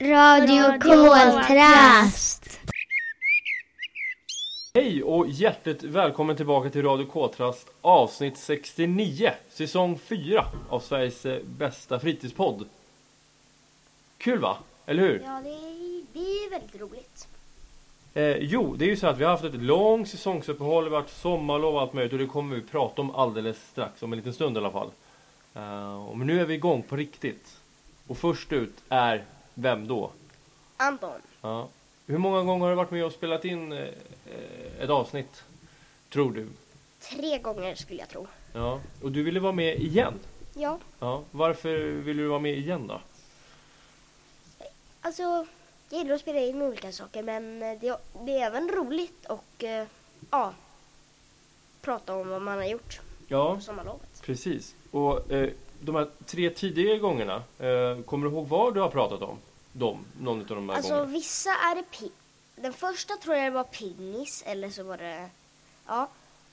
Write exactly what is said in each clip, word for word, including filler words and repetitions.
Radio Koltrast. Hej och hjärtligt välkommen tillbaka till Radio Koltrast avsnitt sextionio, säsong fyra av Sveriges bästa fritidspodd. Kul va? Eller hur? Ja, det är, det är väldigt roligt. Eh, jo, det är ju så att vi har haft ett långt säsongsuppehåll, det har varit sommarlov och allt möjligt, och det kommer vi prata om alldeles strax, om en liten stund i alla fall. Eh, men nu är vi igång på riktigt. Och först ut är vem då? Anton. Ja. Hur många gånger har du varit med och spelat in eh, ett avsnitt, tror du? Tre gånger skulle jag tro. Ja, och du ville vara med igen? Ja. Ja, varför ville du vara med igen då? Alltså, jag gillar att spela in olika saker, men det, det är även roligt och eh, ja, prata om vad man har gjort Ja, på sommarlovet. precis. Och eh, de här tre tidigare gångerna, eh, kommer du ihåg vad du har pratat om? De, någon av de här Alltså, gångerna. vissa är det pi- Den första tror jag det var pingis, eller så var det, ja.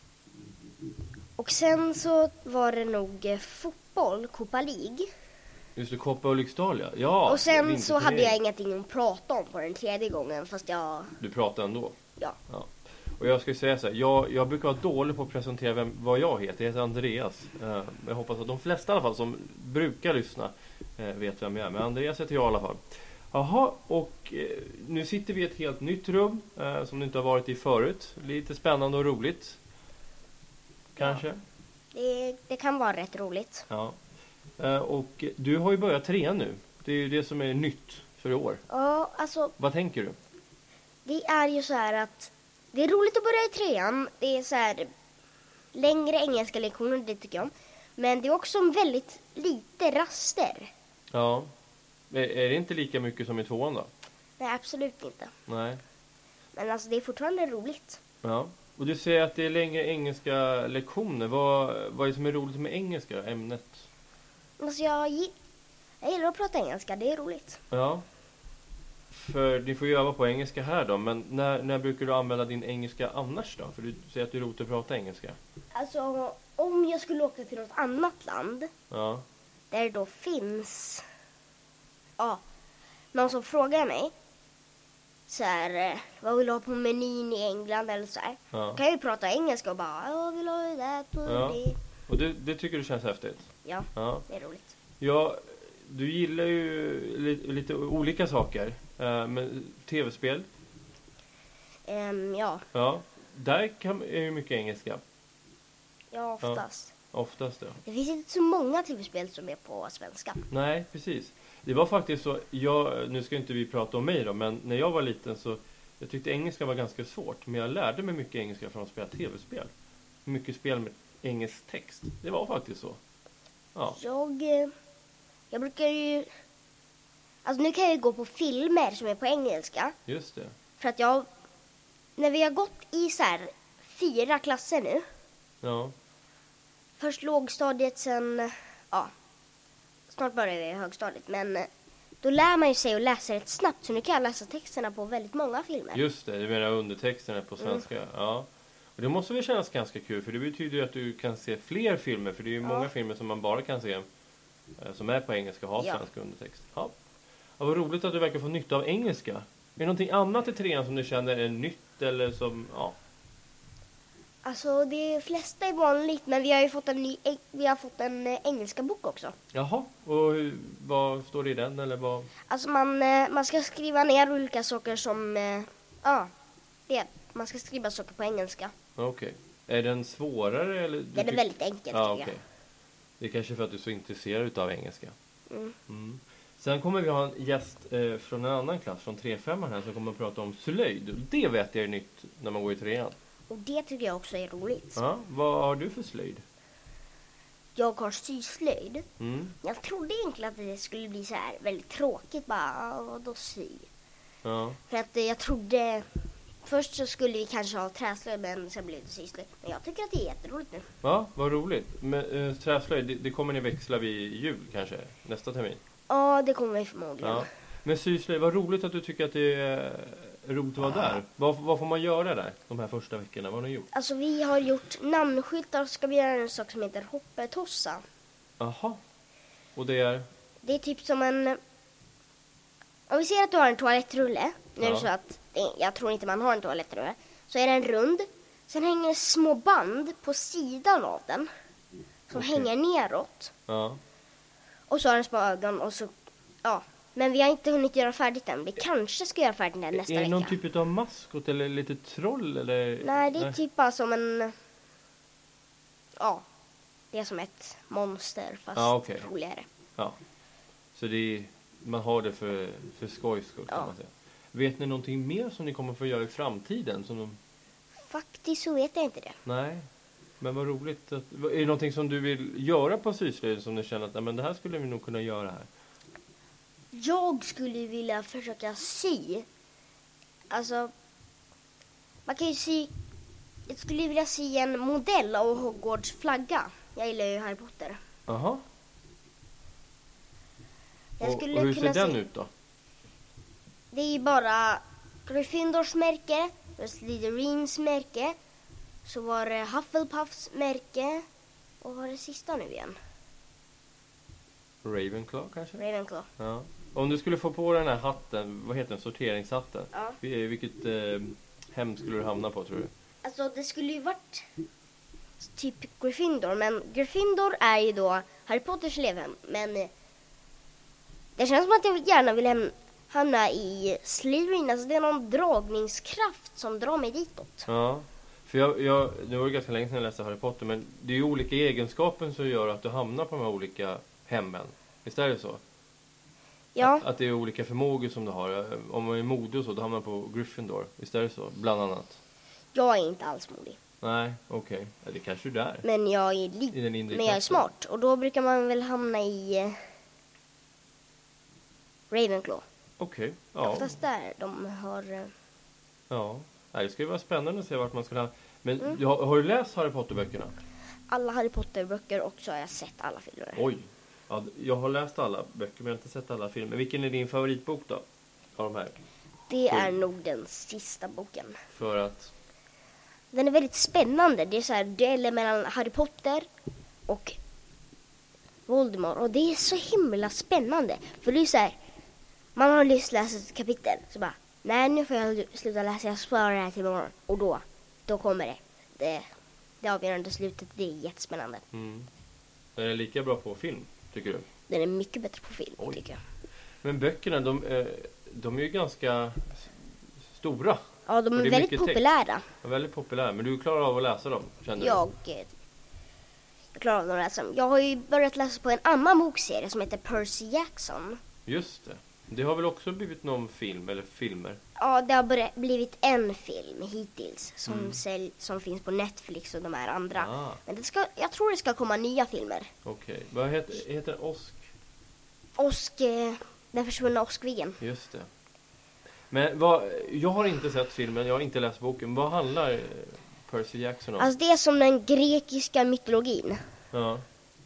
Och sen så var det nog eh, fotboll, Copa League. Just det, Koppa och Lycksdal, ja. ja. Och sen så vinterturnering. hade jag ingenting att prata om på den tredje gången, fast jag, Du pratade ändå? ja. Ja. Och jag ska säga så här, jag, jag brukar vara dålig på att presentera vem, vad jag heter. Jag heter Andreas. Eh, jag hoppas att de flesta i alla fall som brukar lyssna eh, vet vem jag är. Men Andreas heter jag i alla fall. Jaha, och eh, nu sitter vi i ett helt nytt rum eh, som du inte har varit i förut. Lite spännande och roligt. Kanske? Ja. Det, det kan vara rätt roligt. ja. Eh, och du har ju börjat trean nu. Det är ju det som är nytt för i år. Ja, alltså Vad tänker du? det är ju så här att det är roligt att börja i trean. Det är så här längre engelska lektioner, det tycker jag om. Men det är också väldigt lite raster. Ja. Är, är det inte lika mycket som i tvåan då? Nej, absolut inte. Nej. Men alltså det är fortfarande roligt. Ja. Och du säger att det är längre engelska lektioner. Vad, vad är det som är roligt med engelska, ämnet? Alltså jag, gi- jag gillar att prata engelska, det är roligt. Ja. För ni får ju öva på engelska här då. Men när, när brukar du använda din engelska annars då? För du säger att du är roligt att prata engelska. Alltså om jag skulle åka till något annat land Ja. där det då finns ja, någon som frågar mig så här, eh, vad vill du ha på menyn i England eller så här. Ja. Då kan jag ju prata engelska och bara, jag vill ha det där på Ja. det. Och det, det tycker du känns häftigt? Ja, Ja. det är roligt. Ja, du gillar ju lite, lite olika saker. Uh, men tv-spel. Ehm, ja, Ja. Där kan, är ju mycket engelska. ja, oftast. Oftast då. Det finns inte så många tv-spel som är på svenska. Nej, precis. Det var faktiskt så, jag, nu ska inte vi prata om mig då, men när jag var liten så, jag tyckte engelska var ganska svårt, men jag lärde mig mycket engelska från att spela tv-spel. Mycket spel med engelsk text. Det var faktiskt så. Ja. Jag, eh, jag brukar ju, alltså nu kan jag ju gå på filmer som är på engelska. Just det. För att jag, när vi har gått i så här fyra klasser nu. Ja. Först lågstadiet, sen, ja, snart börjar vi i högstadiet. Men eh, då lär man ju sig att läsa rätt snabbt. Så nu kan jag läsa texterna på väldigt många filmer. Just det, du menar undertexterna på svenska. Mm. Ja. Och det måste väl kännas ganska kul, för det betyder ju att du kan se fler filmer. För det är ju Ja. många filmer som man bara kan se eh, som är på engelska och har Ja. svenska undertext. Ja. Ja, vad roligt att du verkar få nytta av engelska. Är det någonting annat i trean som du känner är nytt eller som, ja? Alltså det flesta är vanligt, men vi har ju fått en ny, vi har fått en eh, engelska bok också. Jaha, och hur, vad står det i den? Eller vad? Alltså man, eh, man ska skriva ner olika saker som, eh, ja, det. Man ska skriva saker på engelska. Okej. Är den svårare? Eller, du Den är tyck- väldigt enkel, Ja, tycker okej. Det är kanske för att du är så intresserad av engelska. Mm. Mm. Sen kommer vi ha en gäst eh, från en annan klass, från tre femman här, som kommer att prata om slöjd. Det vet jag är nytt när man går i trean. Och det tycker jag också är roligt. Ja, vad har du för slöjd? Jag har syslöjd. Mm. Jag trodde egentligen att det skulle bli så här väldigt tråkigt. Bara, "Ah, vadå sy?" Ja. För att eh, jag trodde... Först så skulle vi kanske ha träslöjd, men sen blev det syslöjd. Men jag tycker att det är jätteroligt nu. Ja, vad roligt. Men eh, träslöjd, det, det kommer ni växla vid jul kanske, nästa termin? Ja, det kommer vi förmodligen. Ja. Men syslöjd, vad roligt att du tycker att det är roligt att vara där. Vad, vad får man göra där de här första veckorna? Vad har ni gjort? Alltså vi har gjort namnskyltar, och ska vi göra en sak som heter hoppetossa. Jaha. Och det är? Det är typ som en... Om vi ser att du har en toalettrulle. Nu är det Ja. så att det, jag tror inte man har en toalettrulle. Så är den rund. Sen hänger små band på sidan av den. Som Okej. hänger neråt. Ja. Och så har den små ögon och så, ja. Men vi har inte hunnit göra färdigt den. Vi kanske ska göra färdigt den nästa Är det vecka. någon typ av maskot eller lite troll eller? Nej, det är typ bara som en, ja. Det är som ett monster fast Ja, okej. roligare. Ja. Så det är, man har det för, för skojs skull kan Ja. man säga. Vet ni någonting mer som ni kommer få göra i framtiden? Som de... Faktiskt så vet jag inte det. Nej. Men vad roligt. Att... Är det någonting som du vill göra på syslöjden som ni känner att nej, men det här skulle vi nog kunna göra här? Jag skulle vilja försöka sy. Alltså, man kan ju sy. Jag skulle vilja sy en modell av Hogwarts flagga. Jag gillar ju Harry Potter. Jaha. Jag Och, skulle och hur ser kunna den sy- ut då? Det är ju bara Gryffindors märke, Slytherins märke, så var det Hufflepuffs märke och vad var det sista nu igen? Ravenclaw kanske? Ravenclaw. Ja. Om du skulle få på den här hatten, vad heter den? Sorteringshatten. Ja. Vil- Vilket eh, hem skulle du hamna på tror du? Alltså det skulle ju varit typ Gryffindor, men Gryffindor är ju då Harry Potters elevhem, men eh, det känns som att jag gärna vill hem, hamna i Slytherin, alltså det är någon dragningskraft som drar mig ditåt. Ja. För jag, jag, det var ju ganska länge sedan jag läste Harry Potter, men det är ju olika egenskaper som gör att du hamnar på de här olika hemmen. Visst är det så? Ja, Att, att det är olika förmågor som du har. Om man är modig och så, då hamnar man på Gryffindor. Visst är det så? Bland annat. jag är inte alls modig, Nej, okej. Ja, det kanske du är. men jag är I lite, den inre men jag är kraften. smart och då brukar man väl hamna i eh, Ravenclaw. Okej. Ja. Ja. Oftast där de har... eh, Ja. Nej, det ska ju vara spännande att se vart man ska hamna. Men Mm. du har, har du läst Harry Potter-böckerna? alla Harry Potter-böcker och så har jag sett alla filmer. Oj. Ja, jag har läst alla böcker men jag har inte sett alla filmer. Vilken är din favoritbok då? Av de här? Det är nog den sista boken. För att... Den är väldigt spännande. Det är så här dueller mellan Harry Potter och Voldemort. Och det är så himla spännande. För det är så här, man har lyst läst ett kapitel. Så bara, nej nu får jag sluta läsa. Jag sparar det här till imorgon. Och då, då kommer det. Det, det avgörande slutet, det är jättespännande. Mm. Den är lika bra på film, tycker du? Den är mycket bättre på film, Oj. tycker jag. Men böckerna, de, eh, de är ju ganska s- stora. Ja, de Och är, det är väldigt mycket text. populära. De är väldigt populära. Men du klarar av att läsa dem, känner Jag, eh, jag klarar av att läsa dem. Jag har ju börjat läsa på en annan bokserie som heter Percy Jackson. du? Just det. Det har väl också blivit någon film, eller filmer? Ja, det har börjat, blivit en film hittills som, Mm. sälj, som finns på Netflix och de här andra. Ah, Men det ska, jag tror det ska komma nya filmer. okej. Vad heter, heter den? Osk? Osk, eh, den försvunna Oskviggen. Just det. Men vad, jag har inte sett filmen, jag har inte läst boken. Vad handlar eh, Percy Jackson om? Alltså det är som den grekiska mytologin. Ja.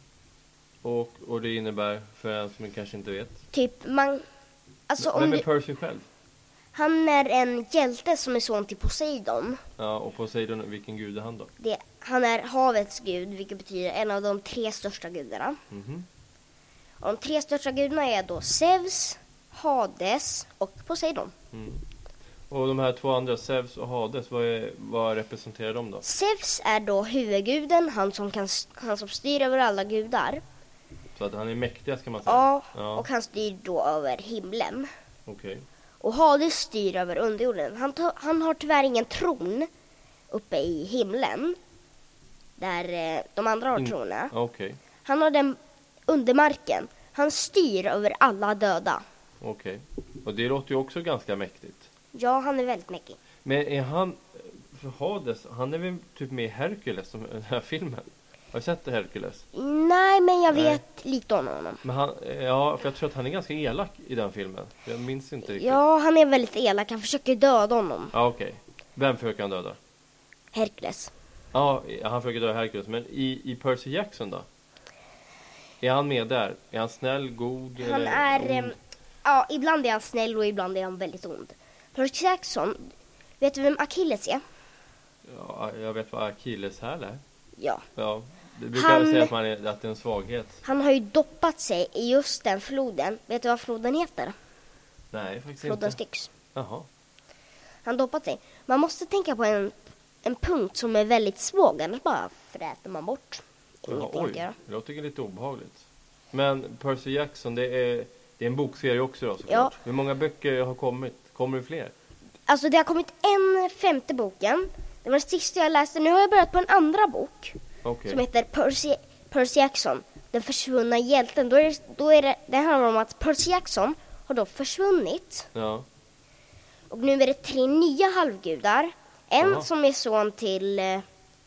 Och, och det innebär, för en som kanske inte vet. Typ man... Alltså om Vem är du, Percy själv? han är en hjälte som är son till Poseidon. Ja, och Poseidon, vilken gud är han då? Det, han är havets gud, vilket betyder en av de tre största gudarna. Mhm. Och de tre största gudarna är då Zeus, Hades och Poseidon. Mm. Och de här två andra, Zeus och Hades, vad, är, vad representerar de då? Zeus är då huvudguden, han som, kan, han som styr över alla gudar. Så att han är mäktigast kan man säga? Ja, Ja. och han styr då över himlen. Okej. Och Hades styr över underjorden. Han, ta, han har tyvärr ingen tron uppe i himlen. Där eh, de andra har In- trona. Ja, okej. Han har den under marken. Han styr över alla döda. Okej. Och det låter ju också ganska mäktigt. Ja, han är väldigt mäktig. Men är han, för Hades, han är väl typ med i Hercules, som den här filmen? Har du sett Hercules? Nej, men jag Nej. vet lite om honom. Men han, ja, för jag tror att han är ganska elak i den filmen. Jag minns inte riktigt. Ja, han är väldigt elak. Han försöker döda honom. Ja, okej. Vem försöker han döda? Hercules. Ja, han försöker döda Hercules. Men i, i Percy Jackson då? Är han med där? Är han snäll, god? Han eller är... ond? em, Ja, ibland är han snäll och ibland är han väldigt ond. Percy Jackson, vet du vem Achilles är? Ja, jag vet vad Achilleshäl är. Ja. Ja, det brukar Han- säga att, man är, att det är en svaghet. Han har ju doppat sig i just den floden. Vet du vad floden heter? Nej, faktiskt Flodden inte. Styx. Jaha. Han doppat sig. Man måste tänka på en, en punkt som är väldigt svag, annars bara fräter man bort. Jaha, Ingenting att oj, göra. det låter lite obehagligt. Men Percy Jackson, det är, det är en bokserie också då, såklart. Ja. Hur många böcker har kommit? Kommer det fler? Alltså det har kommit en femte boken. Det var den sista jag läste. Nu har jag börjat på en andra bok. Okej. Som heter Percy, Percy Jackson, den försvunna hjälten. Då är det, då är det, det handlar om att Percy Jackson har då försvunnit. Ja. Och nu är det tre nya halvgudar. En Jaha. som är son till eh,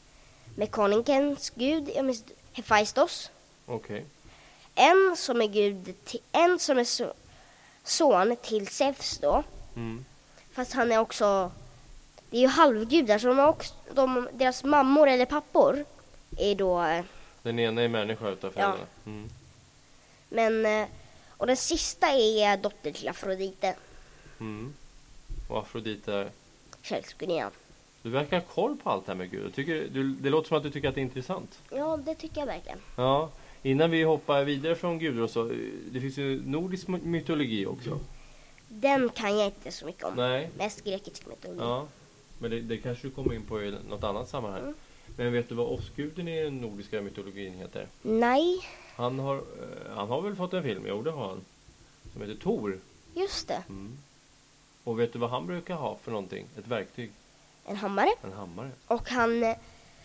mekanikens gud, jag minns, Hephaistos. Okej. En som är gud till, en som är so, son till Zeus då. Mm. Fast han är också, det är ju halvgudar, så de har också, de, deras mammor eller pappor är då, eh, Den ena är människa utav föräldrarna. Mm. men, eh, och den sista är dotter till Afrodite, Mm. Och Afrodite är... kärleksgudinnan. Du verkar ha koll på allt det här med Gud. Jag tycker, du, det låter som att du tycker att det är intressant. Ja, det tycker jag verkligen. Ja. Innan vi hoppar vidare från Gud och så, det finns ju nordisk mytologi också. Den kan jag inte så mycket om. Nej. Mest grekisk mytologi. Ja. Men det, det kanske du kommer in på i något annat sammanhang. Mm. Men vet du vad åskguden i den nordiska mytologin heter? Nej, Han har, eh, han har väl fått en film, jo det har han. Som heter Tor. just det. Mm. Och vet du vad han brukar ha för någonting? Ett verktyg. En hammare. En hammare. Och han, eh,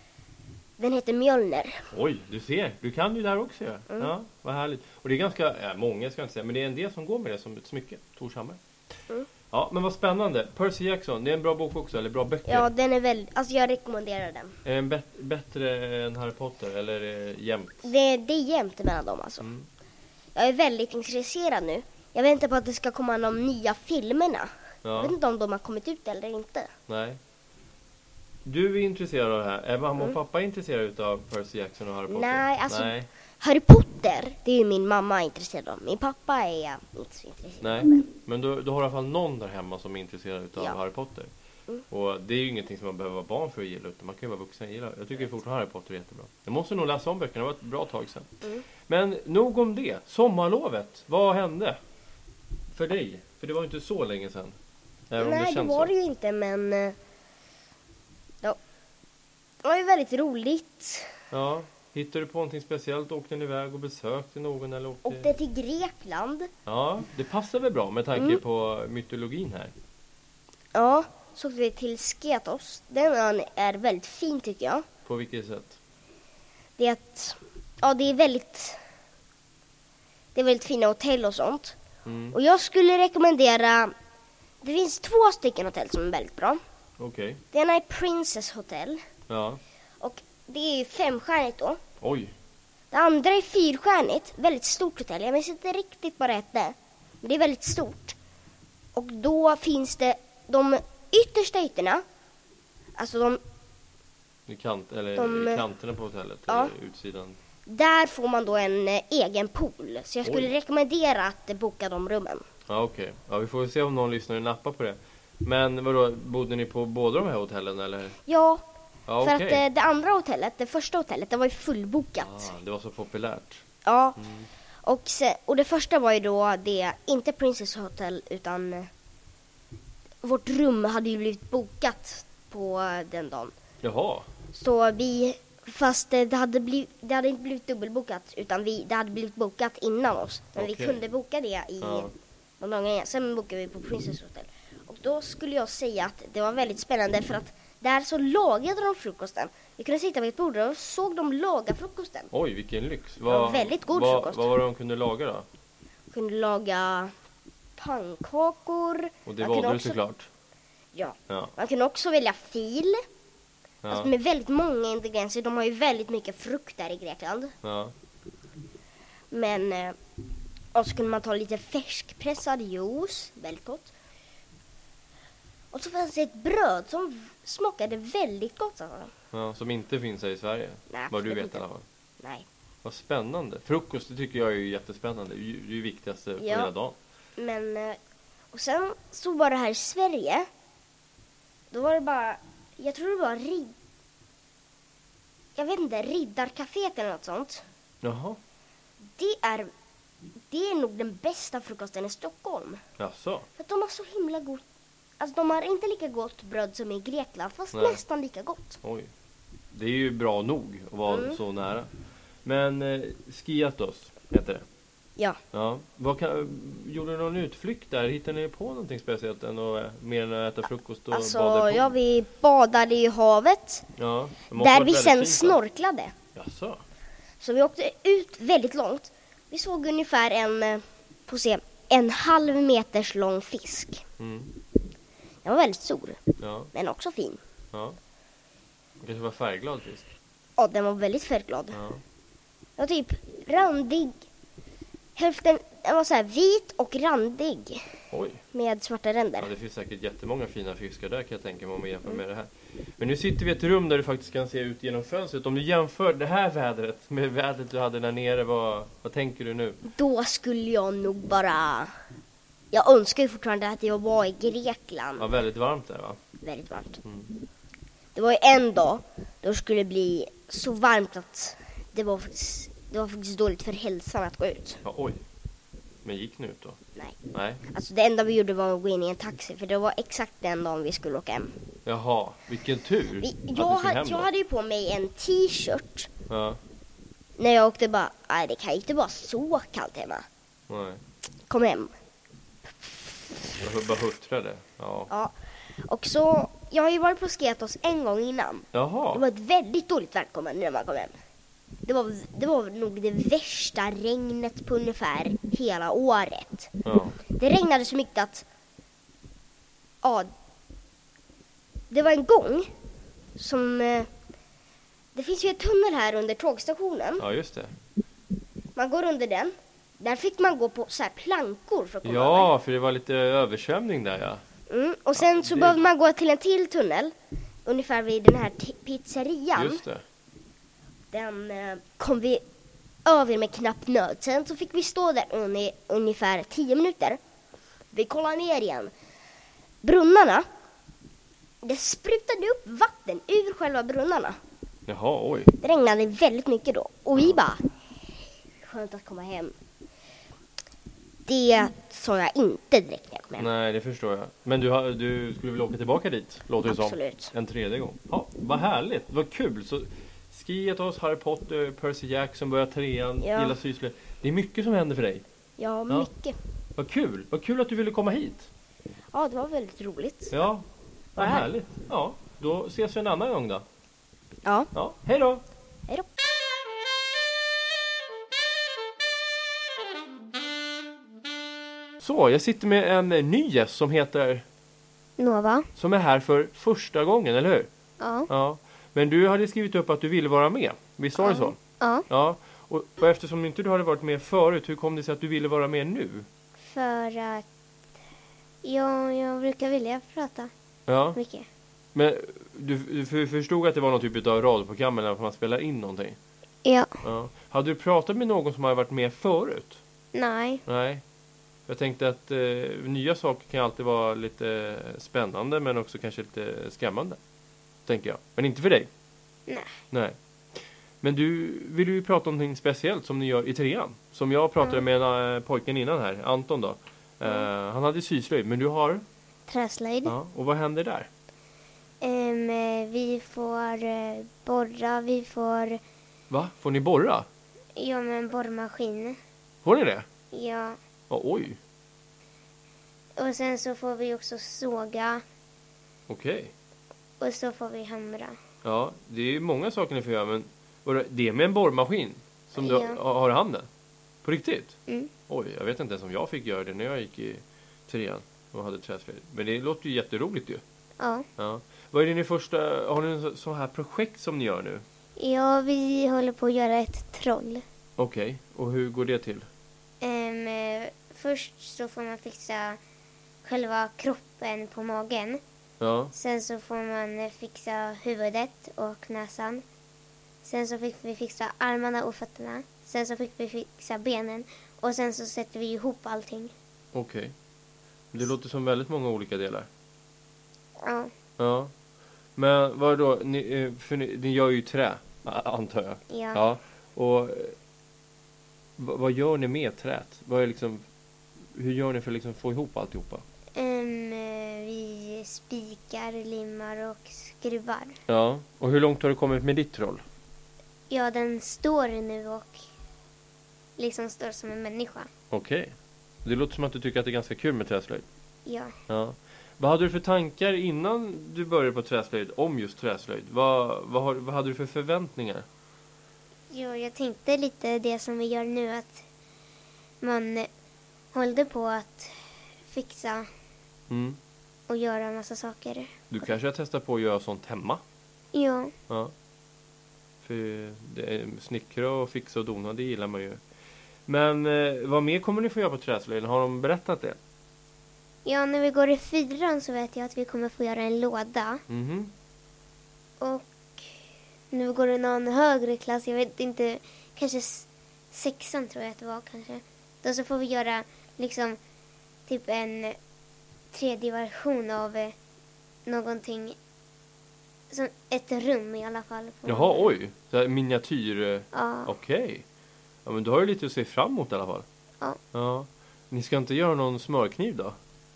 den heter Mjölner. Oj, du ser. Du kan ju där också. Ja, Mm. ja vad härligt. Och det är ganska, ja, många ska jag inte säga, men det är en del som går med det som ett smycke. Tors hammare. Mm. Ja, men vad spännande. Percy Jackson, det är en bra bok också, eller bra böcker. Ja, den är väldigt, alltså jag rekommenderar den. Är den bet- bättre än Harry Potter, eller är det jämnt? Det, det är jämnt mellan dem alltså. Mm. Jag är väldigt intresserad nu. Jag väntar på att det ska komma de nya filmerna. Jag Ja, vet inte om de har kommit ut eller inte. nej. Du är intresserad av det här. Är mamma och Mm. pappa intresserade av Percy Jackson och Harry Potter? Nej, alltså- Nej. Harry Potter, det är ju min mamma intresserad av. Min pappa är jag inte så intresserad Nej, av. men du, du har i alla fall någon där hemma som är intresserad av Ja. Harry Potter. Mm. Och det är ju ingenting som man behöver vara barn för att gilla, utan man kan ju vara vuxen och gilla. Jag tycker fortfarande Harry Potter är jättebra. Jag måste nog läsa om böckerna, det var ett bra tag sedan. Mm. Men nog om det. Sommarlovet, vad hände för dig? För det var ju inte så länge sedan. Även om Nej, det det känns var så. det ju inte, men eh, ja, det var ju väldigt roligt. Ja, hittade du på någonting speciellt? Åkte ni iväg och besökte någon? Eller åkte... Åkte till Grekland. Ja, det passar väl bra med tanke Mm. på mytologin här. Ja, så åkte vi till Sketos. Den ön är väldigt fin tycker jag. På vilket sätt? Det är att, ja det är väldigt, det är väldigt fina hotell och sånt. Mm. Och jag skulle rekommendera, det finns två stycken hotell som är väldigt bra. Okej. Det ena är Princess Hotel. Ja. Och det är ju femstjärnigt då. Oj. Det andra är fyrstjärnigt, väldigt stort hotell. Jag minns inte riktigt vad det hette, men det är väldigt stort. Och då finns det de yttersta ytorna, alltså de, I, kant, eller De- i kanterna på hotellet? Ja. Eller utsidan? där får man då en eh, egen pool. Så jag skulle Oj. rekommendera att eh, boka de rummen. Ja, okej. Ja, vi får väl se om någon lyssnare nappar på det. Men vadå, bodde ni på båda de här hotellen eller? Ja, Ja, för okej. att eh, det andra hotellet, det första hotellet, det var ju fullbokat. Ah, det var så populärt. Ja, Mm. och, se, och det första var ju då det, inte Princess Hotel, utan eh, vårt rum hade ju blivit bokat på eh, den dagen. Jaha. Så vi, fast eh, det hade, bliv, det hade inte blivit dubbelbokat, utan vi, det hade blivit bokat innan oss. Men Okej. vi kunde boka det i Ja. de dagarna igen. Sen bokade vi på Princess Hotel. Och då skulle jag säga att det var väldigt spännande för att där så lagade de frukosten. Vi kunde sitta vid ett bord och såg dem laga frukosten. Oj, vilken lyx. var väldigt god vad, frukost. Vad var det de kunde laga då? De kunde laga pannkakor. Och det Man valde kunde du också- såklart. Ja. Ja. Man kunde också välja fil. Ja. Alltså med väldigt många ingredienser. De har ju väldigt mycket frukt där i Grekland. Ja. Men, eh, och så kunde man ta lite färskpressad juice, väldigt gott. Och så fanns det ett bröd som smakade väldigt gott. Alltså. Ja, som inte finns här i Sverige. Nej, Vad du absolut vet inte. i alla fall. Nej, Vad spännande. Frukost, det tycker jag är ju jättespännande. Det är ju det är ju viktigaste på Ja. hela dagen. men eh, och sen så var det här i Sverige. Då var det bara, jag tror det var rid, jag vet inte, Riddarcaféet eller något sånt. Jaha. Det är det är nog den bästa frukosten i Stockholm. Jaså? För att de har så himla gott. Alltså de har inte lika gott bröd som i Grekland, fast Nej. nästan lika gott. Oj. Det är ju bra nog att vara Mm. så nära. Men eh, Skiathos heter det. Ja. Ja. Vad kan, gjorde du någon utflykt där? Hittade ni på någonting speciellt än att, mer än att äta frukost och Alltså, bada i ja, poolen? vi badade i havet. Ja, det måste Där varit vi väldigt sen fint, va? snorklade. Jaså? Så vi åkte ut väldigt långt. Vi såg ungefär en, eh, får se, en halv meters lång fisk. Mm. Den var väldigt stor, Ja, men också fin. ja. Det kanske var färgglad fisk. Ja, den var väldigt färgglad. Ja. Den var typ randig. Hälften, den var så här vit och randig Oj. med svarta ränder. Ja, det finns säkert jättemånga fina fiskar där kan jag tänka mig om man jämför med det här. Men nu sitter vi i ett rum där du faktiskt kan se ut genom fönstret. Om du jämför det här vädret med vädret du hade där nere, vad, vad tänker du nu? Då skulle jag nog bara... Jag önskar ju fortfarande att jag var i Grekland. Ja, väldigt varmt där, va? Väldigt varmt. Mm. Det var ju en dag då det skulle bli så varmt att det var faktiskt, det var faktiskt dåligt för hälsan att gå ut. Ja, oj. Men gick ni ut då? Nej. Nej. Alltså det enda vi gjorde var att gå in i en taxi, för det var exakt den dagen vi skulle åka hem. Jaha, vilken tur. Vi, att jag, du ha, fick hem jag då. hade ju på mig en t-shirt Ja, när jag åkte, bara, nej det kan ju inte vara så kallt hemma. nej. Kom hem. Jag bara huttrade. Ja. Ja. Och så, jag har ju varit på Skiathos en gång innan. Det Jaha. var ett väldigt dåligt välkommen när man kom hem. Det var, det var nog det värsta regnet på ungefär hela året. Ja. Det regnade så mycket att... Ja, det var en gång som... eh, Det finns ju en tunnel här under tågstationen. Ja, just det. Man går under den. Där fick man gå på så här plankor för att komma över. Ja, för det var lite översvämning där, ja. Mm, och sen så det- behövde man gå till en till tunnel. Ungefär vid den här t- pizzerian. Just det. Den eh, kom vi över med knapp nöd. Sen så fick vi stå där under ungefär tio minuter. Vi kollade ner igen. Brunnarna. Det sprutade upp vatten ur själva brunnarna. Jaha, oj. Det regnade väldigt mycket då. Och vi bara, skönt att komma hem. Det sa jag inte direkt när jag kom hem. Nej, det förstår jag. Men du, har, du skulle vilja åka tillbaka dit, låter det som. Absolut. En tredje gång. Ja, vad härligt, vad kul. Så Skiathos, Harry Potter, Percy Jackson börjar trean, Ja. gillar syssle. Det är mycket som händer för dig. Ja, Ja. mycket. Vad kul, vad kul att du ville komma hit. Ja, det var väldigt roligt. Ja, vad Vad här. härligt. Ja, då ses vi en annan gång då. Ja, Ja, hej då. hej då. Så, jag sitter med en eh, ny gäst som heter, Nova. som är här för första gången, eller hur? Ja. Ja. Men du hade skrivit upp att du ville vara med. Visst var det så? Ja. Ja. Och, och eftersom inte du hade varit med förut, hur kom det sig att du ville vara med nu? För att jag, jag brukar vilja prata Ja. mycket. Men du, du för- förstod att det var någon typ av radioprogram eller att man spelar in någonting? Ja. Ja. Hade du pratat med någon som hade varit med förut? Nej. Nej. Jag tänkte att eh, nya saker kan alltid vara lite spännande men också kanske lite skrämmande. Tänker jag. Men inte för dig. Nej. Nej. Men du vill ju prata om någonting speciellt som ni gör i trean. Som jag pratade Mm. med eh, pojken innan här, Anton då. Eh, han hade syslöjd, men du har? Träslöjd. Ja. Och vad händer där? Ehm, eh, vi får eh, borra, vi får Va? Får ni borra? ja, med en borrmaskin. Får ni det? Ja. Ja, oj. Och sen så får vi också såga Okej. och så får vi hamra. Ja, det är ju många saker ni får göra, men vadå, det är med en borrmaskin som du Ja. har har i handen? På riktigt? Mm. Oj, jag vet inte ens om jag fick göra det när jag gick i trean och hade träslöjd. Men det låter ju jätteroligt ju. Ja. Ja. Vad är det ni första, har ni en så- så här projekt som ni gör nu? Ja, vi håller på att göra ett troll. Okej, och hur går det till? Ehm, eh, först så får man fixa själva kroppen på magen. Ja, Sen så får man eh, fixa huvudet och näsan. Sen så fick vi fixa armarna och fötterna. Sen så fick vi fixa benen. Och sen så sätter vi ihop allting. okej. Det låter som väldigt många olika delar. Ja. Ja. Men vad då? Ni, eh, för ni, ni gör ju trä, a- antar jag. Ja. Ja. Och eh, v- vad gör ni med trät? Vad är liksom, hur gör ni för att liksom få ihop alltihopa? Um, eh, vi spikar, limmar och skruvar. Ja, och hur långt har du kommit med ditt troll? Ja, den står nu och liksom står som en människa. Okej. Det låter som att du tycker att det är ganska kul med träslöjd. Ja. Ja. Vad hade du för tankar innan du började på träslöjd om just träslöjd? Vad, vad, har, vad hade du för förväntningar? Jo, jag tänkte lite det som vi gör nu, att man eh, håller på att fixa Mm. och göra en massa saker. Du kanske har testat på att göra sånt hemma? Ja, Ja. För det är snickra och fixa och dona, det gillar man ju. Men eh, vad mer kommer ni få göra på träslöjden? Har de berättat det? ja, när vi går i fyran så vet jag att vi kommer få göra en låda. Mhm. Och nu går det någon högre klass, jag vet inte, kanske s- sexan tror jag att det var kanske. Då så får vi göra liksom typ en tredje version av eh, någonting, som ett rum i alla fall. får Jaha, vi- oj. Så här miniatyr... eh, Ja, Okej. Ja, men då har du lite att se fram emot i alla fall. Ja. Ja. Ni ska inte göra någon smörkniv då?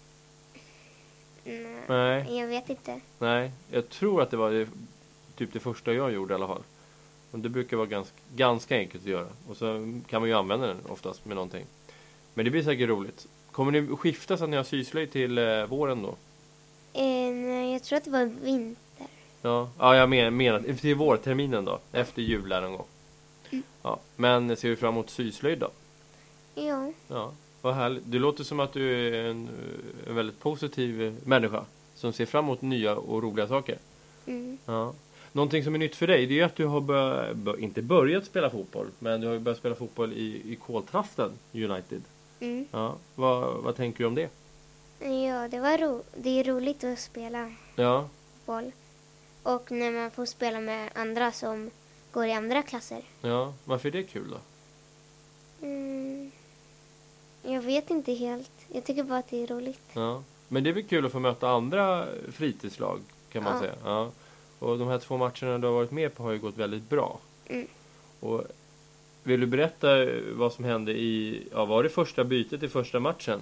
nej, Nej. jag vet inte. Nej, jag tror att det var det, typ det första jag gjorde i alla fall. Och det brukar vara ganska, ganska enkelt att göra. Och så kan man ju använda den oftast med någonting. Men det blir säkert roligt. Kommer ni skifta så att ni har syslöjd till eh, våren då? Eh, nej, jag tror att det var vinter. Ja, ja jag men, menar till vårterminen då. Efter jul där någon gång. Ja, men ser vi fram emot syslöjd då? Ja, Ja, vad härligt. Det låter som att du är en, en väldigt positiv eh, människa. Som ser fram emot nya och roliga saker. mm. Ja. Någonting som är nytt för dig, det är att du har bör, bör, inte börjat spela fotboll, men du har ju börjat spela fotboll i, i Koltrasten United. Mm. Ja. Vad, vad tänker du om det? Ja, det var ro- det är roligt att spela Ja, boll. Och när man får spela med andra som går i andra klasser. ja. Varför är det kul då? Mm. Jag vet inte helt. Jag tycker bara att det är roligt. Ja. Men det är väl kul att få möta andra fritidslag, kan man Ja. säga. Ja. Och de här två matcherna du har varit med på har ju gått väldigt bra. Mm. Och vill du berätta vad som hände i, ja, var det första bytet i första matchen?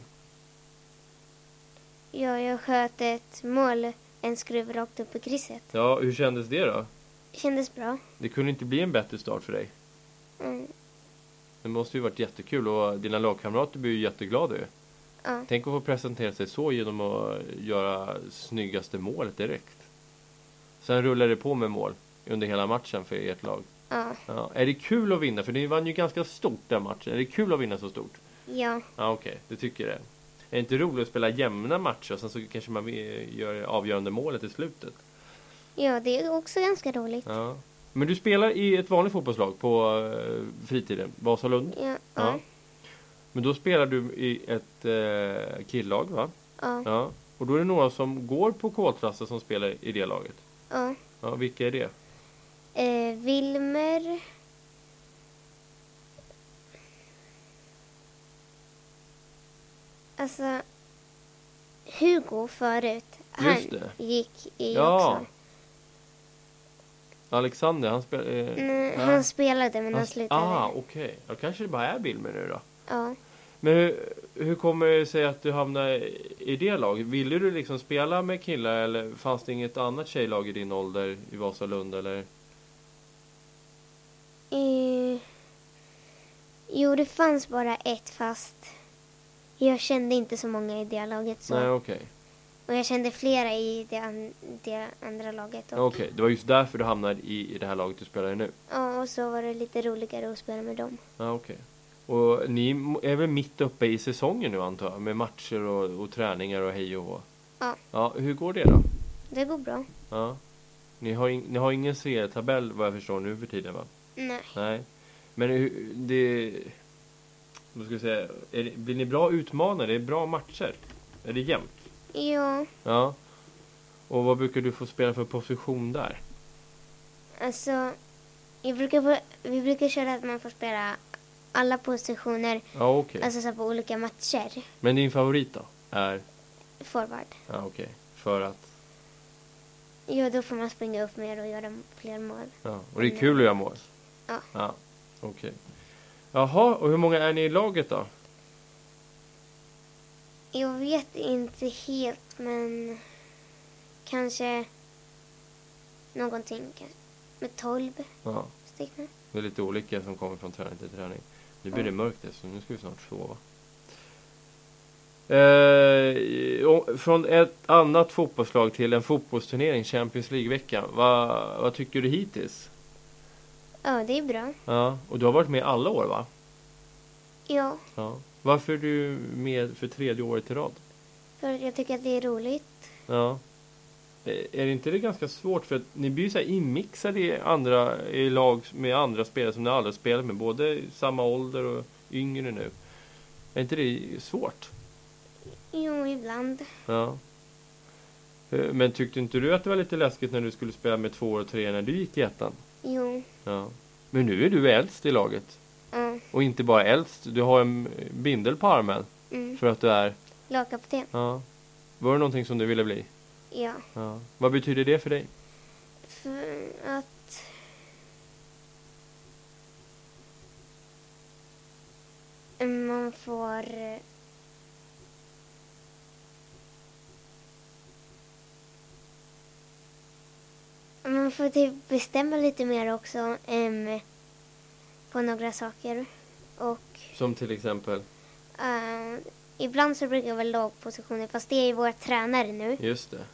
Ja, jag sköt ett mål, en skruv rakt upp i krysset. Ja, hur kändes det då? Det kändes bra. Det kunde inte bli en bättre start för dig. Mm. Det måste ju varit jättekul och dina lagkamrater blir ju jätteglada ju. Ja. Tänk att få presentera sig så genom att göra snyggaste målet direkt. Sen rullar det på med mål under hela matchen för ert lag. Ja. Ja. Är det kul att vinna? För ni vann ju ganska stort den matchen. Är det kul att vinna så stort? Ja. Ja, okej. Det tycker jag. Är det inte roligt att spela jämna matcher och sen så kanske man gör avgörande målet i slutet? Ja, det är också ganska roligt. Ja. Men du spelar i ett vanligt fotbollslag på eh, fritiden, Vasalund. Ja. Ja. Ja. Men då spelar du i ett eh, killag, va? Ja. Ja. Och då är det några som går på Koltrasten som spelar i det laget. Ja. Ja, vilka är det? Eh, Wilmer. Alltså, Hugo förut. Han Just det. gick i Ja. också. Alexander, han spelar... Eh, Nej, ja. han spelade men han Han- slutade. Ah, okej. Ja, kanske det bara är Wilmer nu då. Ja. Men hur, hur kommer det sig att du hamnade i det laget? Ville du liksom spela med killar eller fanns det inget annat tjejlag i din ålder i Vasalund eller? Eh, jo, det fanns bara ett fast jag kände inte så många i det laget. Så. Nej, okej. Och jag kände flera i det, an- det andra laget. Och, Okej, det var just därför du hamnade i, i det här laget du spelar i nu. ja, och så var det lite roligare att spela med dem. Ja, okej. Och ni är väl mitt uppe i säsongen nu antar jag? Med matcher och, och träningar och hej och hå. Ja. Ja, hur går det då? Det går bra. Ja. Ni har, in, ni har ingen serietabell vad jag förstår nu för tiden, va? Nej. Nej. Men hur, det... Vad ska jag säga? Är det, blir ni bra utmanare? Är det bra matcher? Är det jämnt? Ja, Ja. Och vad brukar du få spela för position där? alltså jag brukar få, vi brukar köra att man får spela alla positioner, Ja, okej. alltså så här på olika matcher. Men din favorit då? Är... Forward. Ja, okej. För att... Ja, då får man springa upp mer och göra fler mål. Ja. Och det är kul att göra mål? Ja. Ja, okej. Jaha, och hur många är ni i laget då? Jag vet inte helt, men kanske någonting kanske med tolv Ja, stycken. det är lite olika som kommer från träning till träning. Nu blir det mörkt så nu ska vi snart sova. Eh, och från ett annat fotbollslag till en fotbollsturnering, Champions League-veckan. Vad, vad tycker du hittills? Ja, det är bra. Ja, och du har varit med alla år va? Ja, Ja. Varför är du med för tredje året i rad? för jag tycker att det är roligt. Ja. Eh, Är det inte det ganska svårt för att ni blir så här inmixade i, andra, i lag med andra spelare som ni aldrig spelar med, både i samma ålder och yngre nu. Är inte det svårt? Jo, ibland. Ja. Eh, Men tyckte inte du att det var lite läskigt när du skulle spela med två och tre när du gick i ettan? Jo, Ja. Men nu är du äldst i laget. ja. Och inte bara äldst, du har en bindel på armen Mm. för att du är... Lagkapten. Ja. Var det någonting som du ville bli? Ja. Ja. Vad betyder det för dig? För att man får man får typ bestämma lite mer också um, på några saker. Och Som till exempel... uh, ibland så brukar jag vara lagpositioner, fast det är ju våra tränare nu. Just det.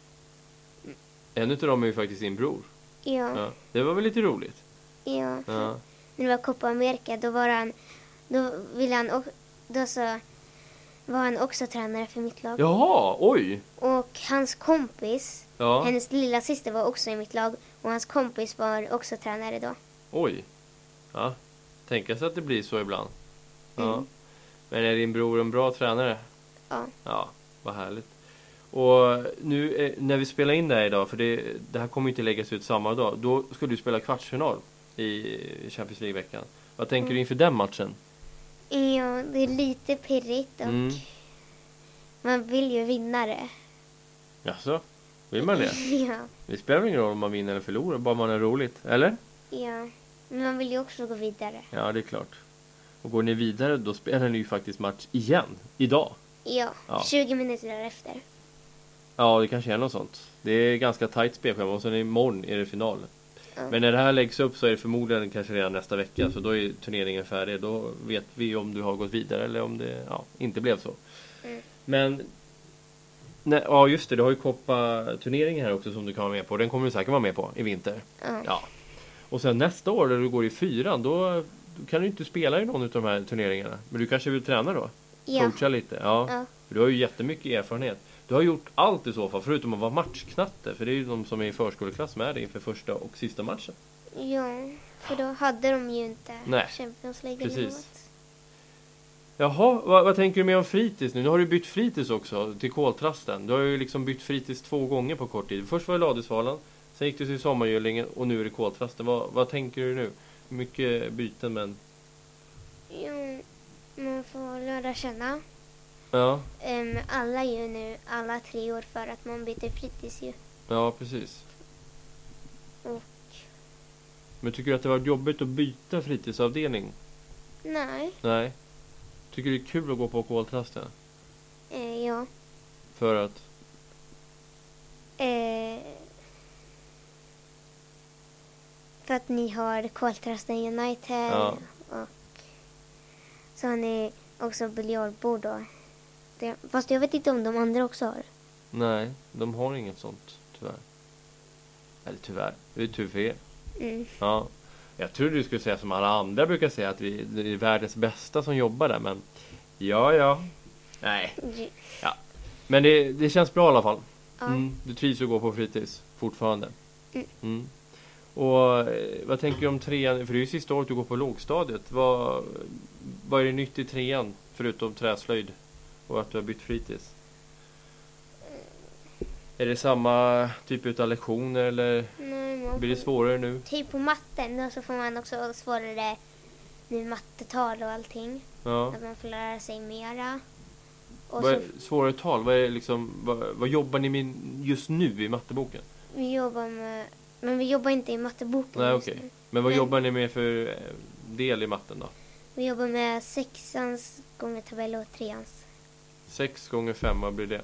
En utav dem är ju faktiskt din bror. Ja, Ja. Det var väl lite roligt? ja. Ja. När det var Copa America, då var han, då ville han, och, då så var han också tränare för mitt lag. Jaha, oj! Och hans kompis, Ja, hennes lilla syster var också i mitt lag, och hans kompis var också tränare då. oj. Ja, tänka sig att det blir så ibland. Ja. Mm. Men är din bror en bra tränare? Ja. Ja, vad härligt. Och nu eh, när vi spelar in det här idag, för det, det här kommer inte läggas ut samma dag, då ska du spela kvartsfinal i Champions League-veckan. Vad tänker Mm. du inför den matchen? Ja, det är lite pirrigt och Mm. man vill ju vinna det. Jaså? Vill man det? Ja, Det spelar ingen roll om man vinner eller förlorar, bara man är roligt, eller? ja. Men man vill ju också gå vidare. Ja, det är klart. Och går ni vidare, då spelar ni ju faktiskt match igen, idag. Ja, Ja. tjugo minuter därefter. Ja, det kanske är något sånt. Det är ganska tajt spelschema och sen imorgon är det final. Ja. Men när det här läggs upp så är det förmodligen kanske redan nästa vecka. Så då är turneringen färdig. Då vet vi om du har gått vidare eller om det ja, inte blev så. Mm. Men nej, ja, just det. Du har ju Copa-turneringen här också som du kan vara med på. Den kommer du säkert vara med på i vinter. Ja. Ja. Och sen nästa år när du går i fyran, då, då kan du inte spela i någon av de här turneringarna. Men du kanske vill träna då? Ja. Coacha lite? Ja. Ja. För du har ju jättemycket erfarenhet. Du har gjort allt i så fall, förutom att vara matchknatte. För det är ju de som är i förskoleklass med dig inför första och sista matchen. Ja, för då hade de ju inte Nej, Champions League eller precis. något. Jaha, vad, vad tänker du med om fritids nu? Nu har du bytt fritids också till Koltrasten. Du har ju liksom bytt fritids två gånger på kort tid. Först var det Ladisvalan, sen gick du till Sommargöllingen och nu är det Koltrasten. Vad, vad tänker du nu? Mycket byten men... Jo, man får lära känna Ja, um, alla ju nu, alla tre år för att man byter fritids ju. ja precis. Och Men tycker du att det var jobbigt att byta fritidsavdelning? nej, Nej. Tycker du det är kul att gå på Koltrasten? eh, ja. För att... Eh, för att ni har Koltrasten United Ja. och så har ni också biljardbord då. Det, fast jag vet inte om de andra också har. Nej, de har inget sånt, tyvärr. Eller tyvärr, det är tur för er. Mm. Ja. Jag trodde du skulle säga som alla andra brukar säga, att vi det är världens bästa som jobbar där, men ja, ja. Nej, ja. Men det, det känns bra i alla fall. Ja. Mm, du trivs att gå på fritids fortfarande. Mm. Mm. Och eh, vad tänker du om trean? För det är ju sista året du går på lågstadiet. Vad, vad är det nytt i trean förutom träslöjd och att du har bytt fritids? Är det samma typ av lektioner eller Nej, man blir det får- svårare nu? Typ på matten då så får man också svårare nu mattetal och allting. Ja. Att man får lära sig mera. Och Vad så är svårare tal? Vad, är liksom, vad, vad jobbar ni med just nu i matteboken? vi jobbar med, men vi jobbar inte i matteboken Nej, just okej. nu. Men vad Men- jobbar ni med för eh, del i matten då? Vi jobbar med sexans gånger tabell och treans. Sex gånger fem, vad blir det?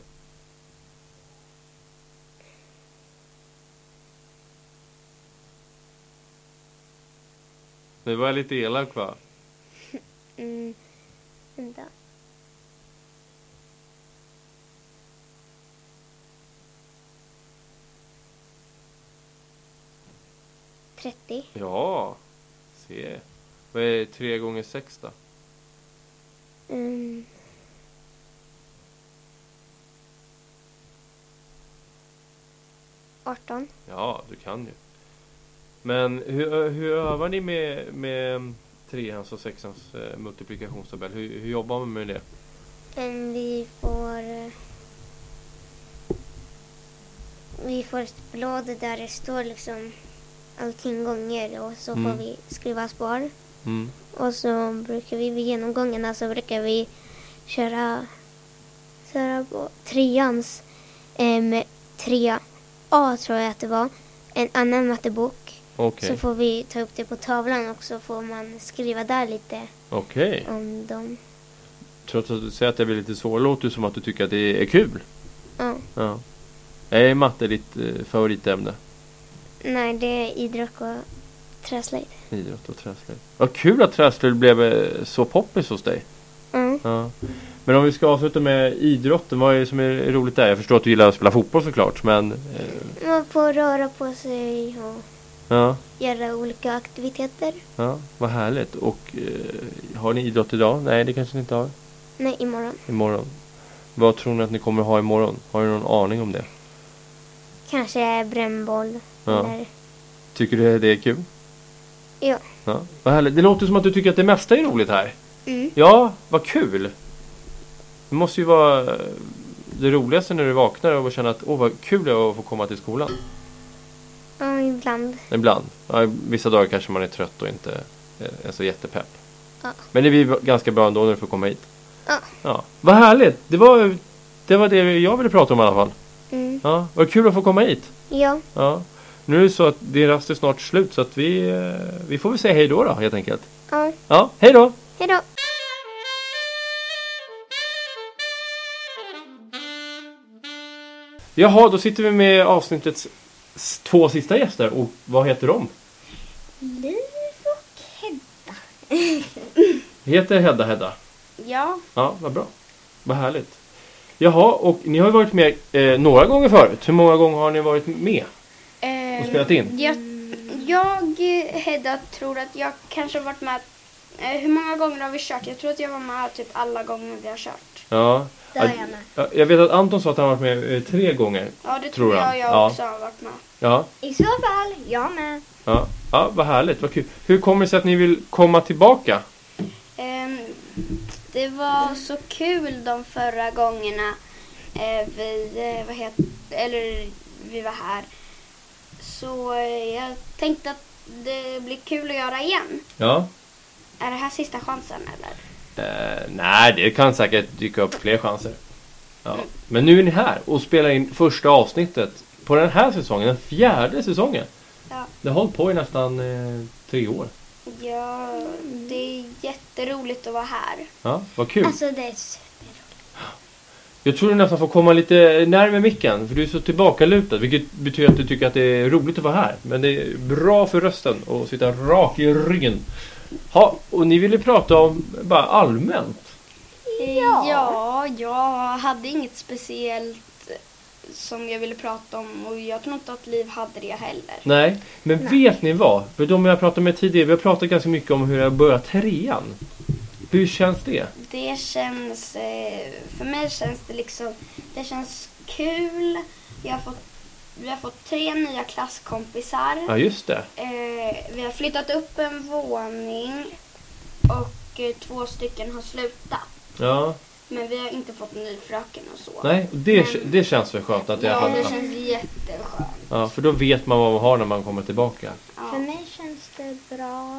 Nu var jag lite elak, va? Mm. Vänta. trettio. Ja, se. Vad är tre gånger sex då? Mm. arton. Ja, du kan ju. Men hur, hur övar ni med, med treans och sexans eh, multiplikationstabell? Hur, hur jobbar man med det? Men vi får... eh, Vi får ett blad där det står liksom allting gånger och så Mm. får vi skriva spar. Mm. Och så brukar vi vid genomgångarna så brukar vi köra, köra på treans eh, med tre A tror jag att det var. En annan mattebok. Okej, Så får vi ta upp det på tavlan och så får man skriva där lite okej. om dem. Trots att du säger att det blir lite svårt, låter det som att du tycker att det är kul. Ja. Ja. Är matte ditt eh, favoritämne? Nej, det är idrott och träslöjd. Idrott och träslöjd. Vad kul att träslöjd blev eh, så poppis hos dig. Mm. Ja. Men om vi ska avsluta med idrotten, vad är det som är roligt där? Jag förstår att du gillar att spela fotboll såklart, men... Eh, Man får röra på sig och ja, göra olika aktiviteter. ja, vad härligt. Och eh, har ni idrott idag? Nej, det kanske ni inte har. Nej, imorgon. Imorgon. Vad tror ni att ni kommer ha imorgon? Har ni någon aning om det? Kanske brännboll. Ja. Eller... Tycker du det är kul? Ja. Ja, vad härligt. Det låter som att du tycker att det mesta är roligt här. Mm. Ja, vad kul. Det måste ju vara eh, det roligaste när du vaknar och känner att åh, vad kul det är att få komma till skolan. Ja, ibland. Ibland. Ja, vissa dagar kanske man är trött och inte eh, är så jättepepp. Ja. Men det blir ganska bra ändå när du får komma hit. Ja. Ja. Vad härligt. Det var, det var det jag ville prata om i alla fall. Mm. Ja, vad kul att få komma hit. Ja. Ja. Nu är det så att din rast är snart slut så att vi, eh, vi får väl säga hej då då helt enkelt. Ja. Ja, hej då. Hej då. Jaha, då sitter vi med avsnittets s- två sista gäster. Och vad heter de? Liv och Hedda. Heter Hedda Hedda. Ja. Ja, vad bra. Vad härligt. Jaha, och ni har ju varit med eh, några gånger förut. Hur många gånger har ni varit med och spelat in? Jag, jag, Hedda, tror att jag kanske har varit med... Eh, hur många gånger har vi kört? Jag tror att jag var med typ alla gånger vi har kört. Ja. Det har Ja, jag med. ja, jag vet att Anton sa att han har varit med eh, tre gånger. Ja, det Tror tror jag. jag jag Ja. också har varit med. Ja, I så fall, jag med. ja. Ja, vad härligt. Vad kul. Hur kommer det sig att ni vill komma tillbaka? Ehm, det var så kul de förra gångerna eh, vi, eh, vad heter, eller vi var här. Så eh, jag tänkte att det blir kul att göra igen. Ja. Är det här sista chansen eller? Eh, nej, det kan säkert dyka upp fler chanser. Ja. Men nu är ni här och spelar in första avsnittet på den här säsongen, den fjärde säsongen. Ja. Det har hållit på i nästan eh, tre år. Ja, det är jätteroligt att vara här. Ja, vad kul. Alltså det är superroligt. Jag tror du nästan får komma lite närmare micken, för du är så tillbakalutad, vilket betyder att du tycker att det är roligt att vara här. Men det är bra för rösten att sitta rak i ryggen. Ja, och ni ville prata om bara allmänt. Ja. ja, jag hade inget speciellt som jag ville prata om och jag tror inte att Liv hade det heller. Nej, men Nej. vet ni vad? För de jag pratade med tidigare, vi har pratat ganska mycket om hur jag börjar trean. Hur känns det? Det känns, eh, för mig känns det liksom, det känns kul. Jag har fått, vi har fått tre nya klasskompisar. Ja, just det. Eh, vi har flyttat upp en våning och eh, två stycken har slutat. Ja, Men vi har inte fått ny fröken och så. nej, det, Men- det känns väl skönt att jag Ja, har... det känns jätteskönt. Ja, för då vet man vad man har när man kommer tillbaka. Ja. För mig känns det bra.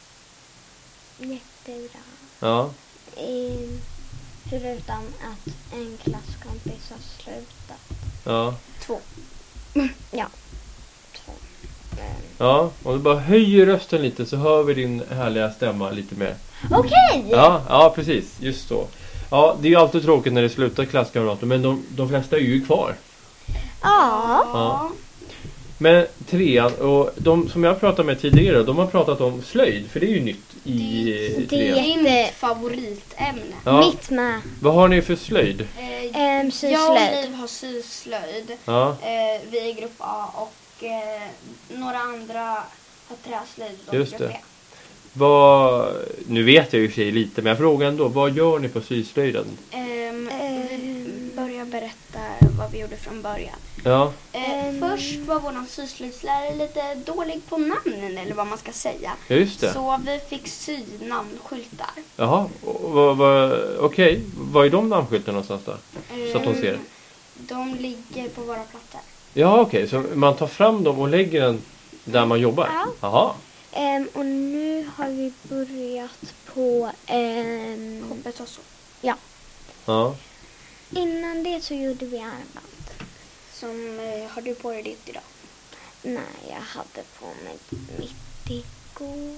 Jättebra. Ja, Ehm, förutom att en klasskompis har slutat. ja. Två. Ja. Två. Ehm, Ja, om du bara höjer rösten lite så hör vi din härliga stämma lite mer. Okej! Ja, ja, precis. Just så. Ja, det är ju alltid tråkigt när det slutar klasskamrater, men de, de flesta är ju kvar. Ja. Ja. Men trean, och de som jag pratade med tidigare, de har pratat om slöjd, för det är ju nytt i Det- trean. Det är mitt favoritämne. Ja. Mitt med. Vad har ni för slöjd? Eh, Ehm, jag och syslöjd. Liv har syslöjd. Ja, Eh, vi är i grupp A och eh, några andra har träslöjd och Just grupp det. B. vad, nu vet jag ju i och för sig lite, men jag frågar ändå, vad gör ni på syslöjden? Ehm, vi Ehm. börjar berätta vad vi gjorde från början. Ja, Eh, Ehm. Först var vår syslöjdslärare lite dålig på namnen, eller vad man ska säga. ja just det. Så vi fick sy namnskyltar. Jaha, och vad, vad, okej. Vad är de namnskyltarna någonstans då? Så att de ser. Ehm, De ligger på våra plattor. Ja, okej. Så man tar fram dem och lägger den där man jobbar? Ja. Jaha. Ehm, och nu har vi börjat på... ehm, Hoppetosso. ja. Ja. Innan det så gjorde vi armband. Som eh, har du på dig ditt idag? Nej, jag hade på mig mitt igår.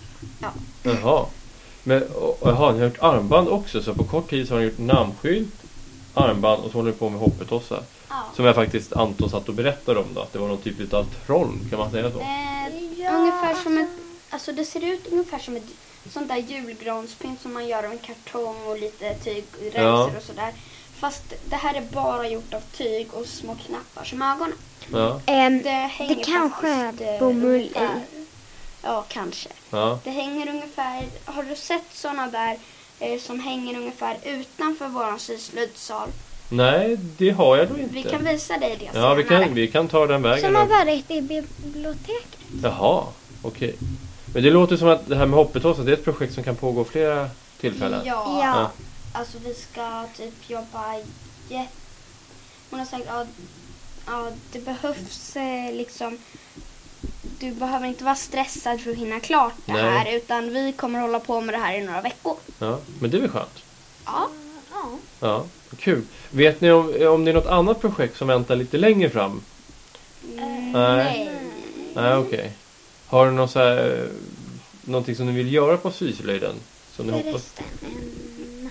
Jaha. Men, och, jaha, ni har gjort armband också, så på kort tid så har ni gjort namnskylt, armband och så håller ni på med hoppetossa. Ja. Som jag faktiskt Anton satt och berättade om då, att det var någon typ av troll, kan man säga så? Eh, Ja. Ungefär som ett, alltså det ser ut ungefär som ett sånt där julgranspynt som man gör av en kartong och lite tygremsor Ja. och sådär. Fast det här är bara gjort av tyg och små knappar som ögonen. Ja, Ehm, Det, hänger det kanske faktiskt, är eh, bomull i. ungefär- Ja, kanske. ja. Det hänger ungefär, har du sett såna där eh, som hänger ungefär utanför våran syslöjdssal? Nej, det har jag då inte. Vi kan visa dig det Ja, vi senare. kan, vi kan ta den vägen. Som har och- varit i biblioteket. Jaha, okej. Men det låter som att det här med hoppetossa, det är ett projekt som kan pågå flera tillfällen. Ja, Ja. alltså vi ska typ jobba jätte... Hon har sagt att ja, ja, det behövs eh, liksom... Du behöver inte vara stressad för att hinna klart det Nej. här, utan vi kommer hålla på med det här i några veckor. Ja, men det är väl skönt. Ja. Ja. Ja, kul. Vet ni om, om det är något annat projekt som väntar lite längre fram? Mm, Nej. Nej, okej. Har du någon så här, eh, någonting som ni vill göra på syslöjden? Som ni hoppas? Förresten, en,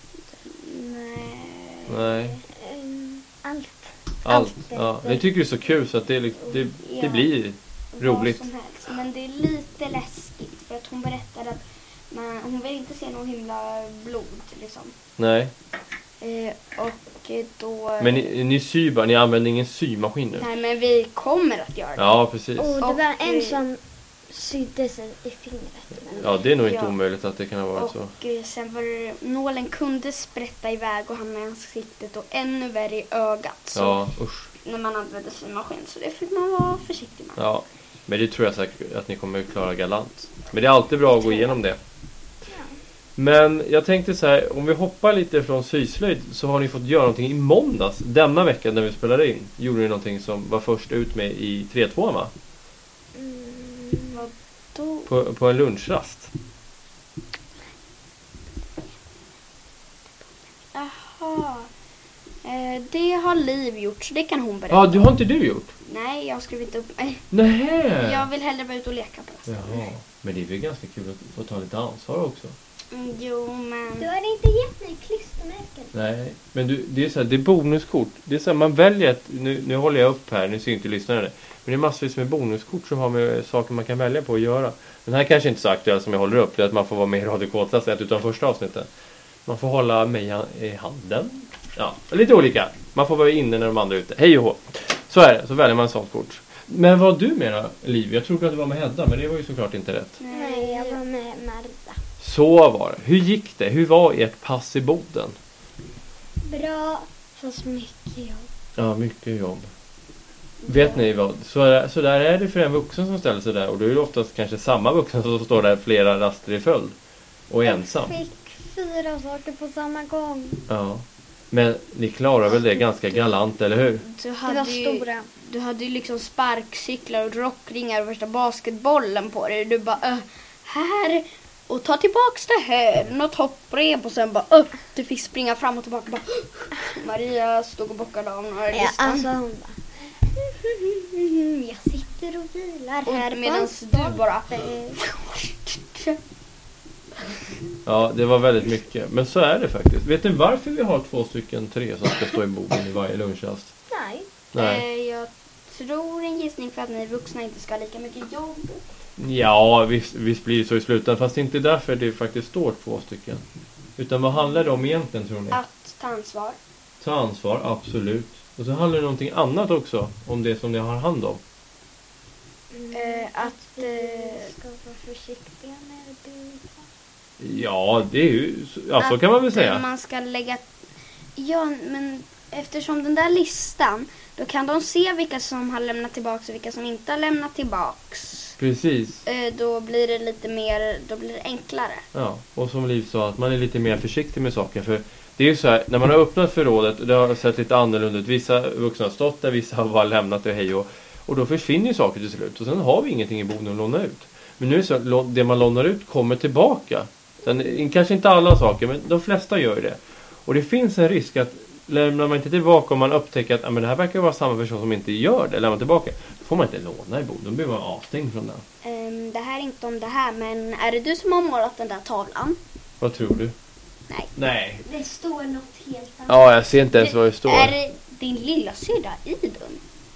Nej. Nej, en, allt. allt. Allt. Ja, ni tycker det är så kul så att det, är lik- det, det Ja. blir roligt. Vad som helst. Men det är lite läskigt för att hon berättade att man, hon vill inte se någon himla blod liksom. Nej, Eh, och eh, då... men ni, ni syr bara, ni använder ingen symaskin nu? Nej, men vi kommer att göra det. Ja, precis. Och det Och, var en eh, som sydde sig i fingret. Men Ja, det är nog inte Ja. omöjligt att det kan ha varit så. Och eh, sen var det, nålen kunde sprätta iväg och hamna i ansiktet och ännu värre i ögat. Så Ja, usch. när man använde symaskin. Så det fick man vara försiktig med. Ja, men det tror jag säkert att ni kommer klara galant. Men det är alltid bra att gå igenom det. Men jag tänkte så här, om vi hoppar lite från syslöjd så har ni fått göra någonting i måndags. Denna vecka när vi spelade in gjorde ni någonting som var först ut med i tre två, va? Då, På, på en lunchrast. aha. Eh, det har Liv gjort, så det kan hon berätta. Ja, det har inte du gjort? Nej, jag har skrivit upp mig. Nej. Jag vill hellre vara ute och leka på resten. Jaha, men det är väl ganska kul att få ta lite ansvar också. Mm, jo, men... du har inte gett mig klistermärken. Nej, men du, det är så här, det är bonuskort. Det är så här, man väljer ett, nu, nu håller jag upp här, nu ser inte lyssnarna det. Men det är massvis med bonuskort som har med saker man kan välja på att göra. Den här kanske inte är så aktuell som jag håller upp, det är att man får vara med i Radio K-klass ett utan första avsnittet. Man får hålla mig i ha- i handen. Ja, lite olika. Man får vara inne när de andra är ute. Hej och hå. Så är det, så väljer man ett sånt kort. Men vad har du med då, Liv? Jag trodde att det var med Hedda, men det var ju såklart inte rätt. Nej, jag var med Marta. Så var det. Hur gick det? Hur var ert pass i Boden? Bra, fast mycket jobb. Ja, mycket jobb. Vet ni vad? Så, är, så där är det för en vuxen som ställer sig där. Och då är det oftast kanske samma vuxen som står där flera raster i följd. Och är ensam. Jag fick fyra saker på samma gång. Ja. Men ni klarar väl det ganska galant, eller hur? Du Det hade, var ju, stora. du hade ju liksom sparkcyklar och rockringar och värsta basketbollen på dig. Du bara, äh, här och ta tillbaks det här. Något hopprep och sen bara, äh, du fick springa fram och tillbaka. Bara, Maria stod och bockade av några Ja, listan. alltså hon bara. Jag sitter och vilar här Och medan på en du bara... stolpe. Ja, det var väldigt mycket. Men så är det faktiskt. Vet ni varför vi har två stycken tre som ska stå i boden i varje lunchrast? Nej. Nej. Eh, jag tror en gissning för att ni vuxna inte ska ha lika mycket jobb. Ja, visst, visst blir det så i slutändan. Fast det är inte därför det faktiskt står två stycken. Utan vad handlar det om egentligen, tror ni? Att ta ansvar. Ta ansvar, absolut. Och så handlar det om någonting annat också. Om det som ni har hand om. Eh, att... Eh, Ska vara försiktiga med det. Ja, det är ju... Ja, så att, kan man väl eh, säga. Man ska lägga... Ja, men eftersom den där listan, då kan de se vilka som har lämnat tillbaks och vilka som inte har lämnat tillbaks. Precis. Eh, då blir det lite mer, då blir det enklare. Ja, och som Liv sa, att man är lite mer försiktig med saker. För det är ju så här, när man har öppnat förrådet, det har sett lite annorlunda ut. Vissa vuxna har stått där, vissa har bara lämnat det, hej och... Och då försvinner ju saker till slut. Och sen har vi ingenting i boden att låna ut. Men nu är det så att det man lånar ut kommer tillbaka. Sen, kanske inte alla saker, men de flesta gör ju det. Och det finns en risk att lämnar man inte tillbaka, om man upptäcker att ah, men det här verkar vara samma person som inte gör det, lämnar tillbaka, då får man inte låna i boden. Då blir man avstängd från den. Um, det här är inte om det här, men är det du som har målat den där tavlan? Vad tror du? Nej. Nej. Det står något helt annat. Ja, jag ser inte ens vad det står. Är det din lilla syrra Idun?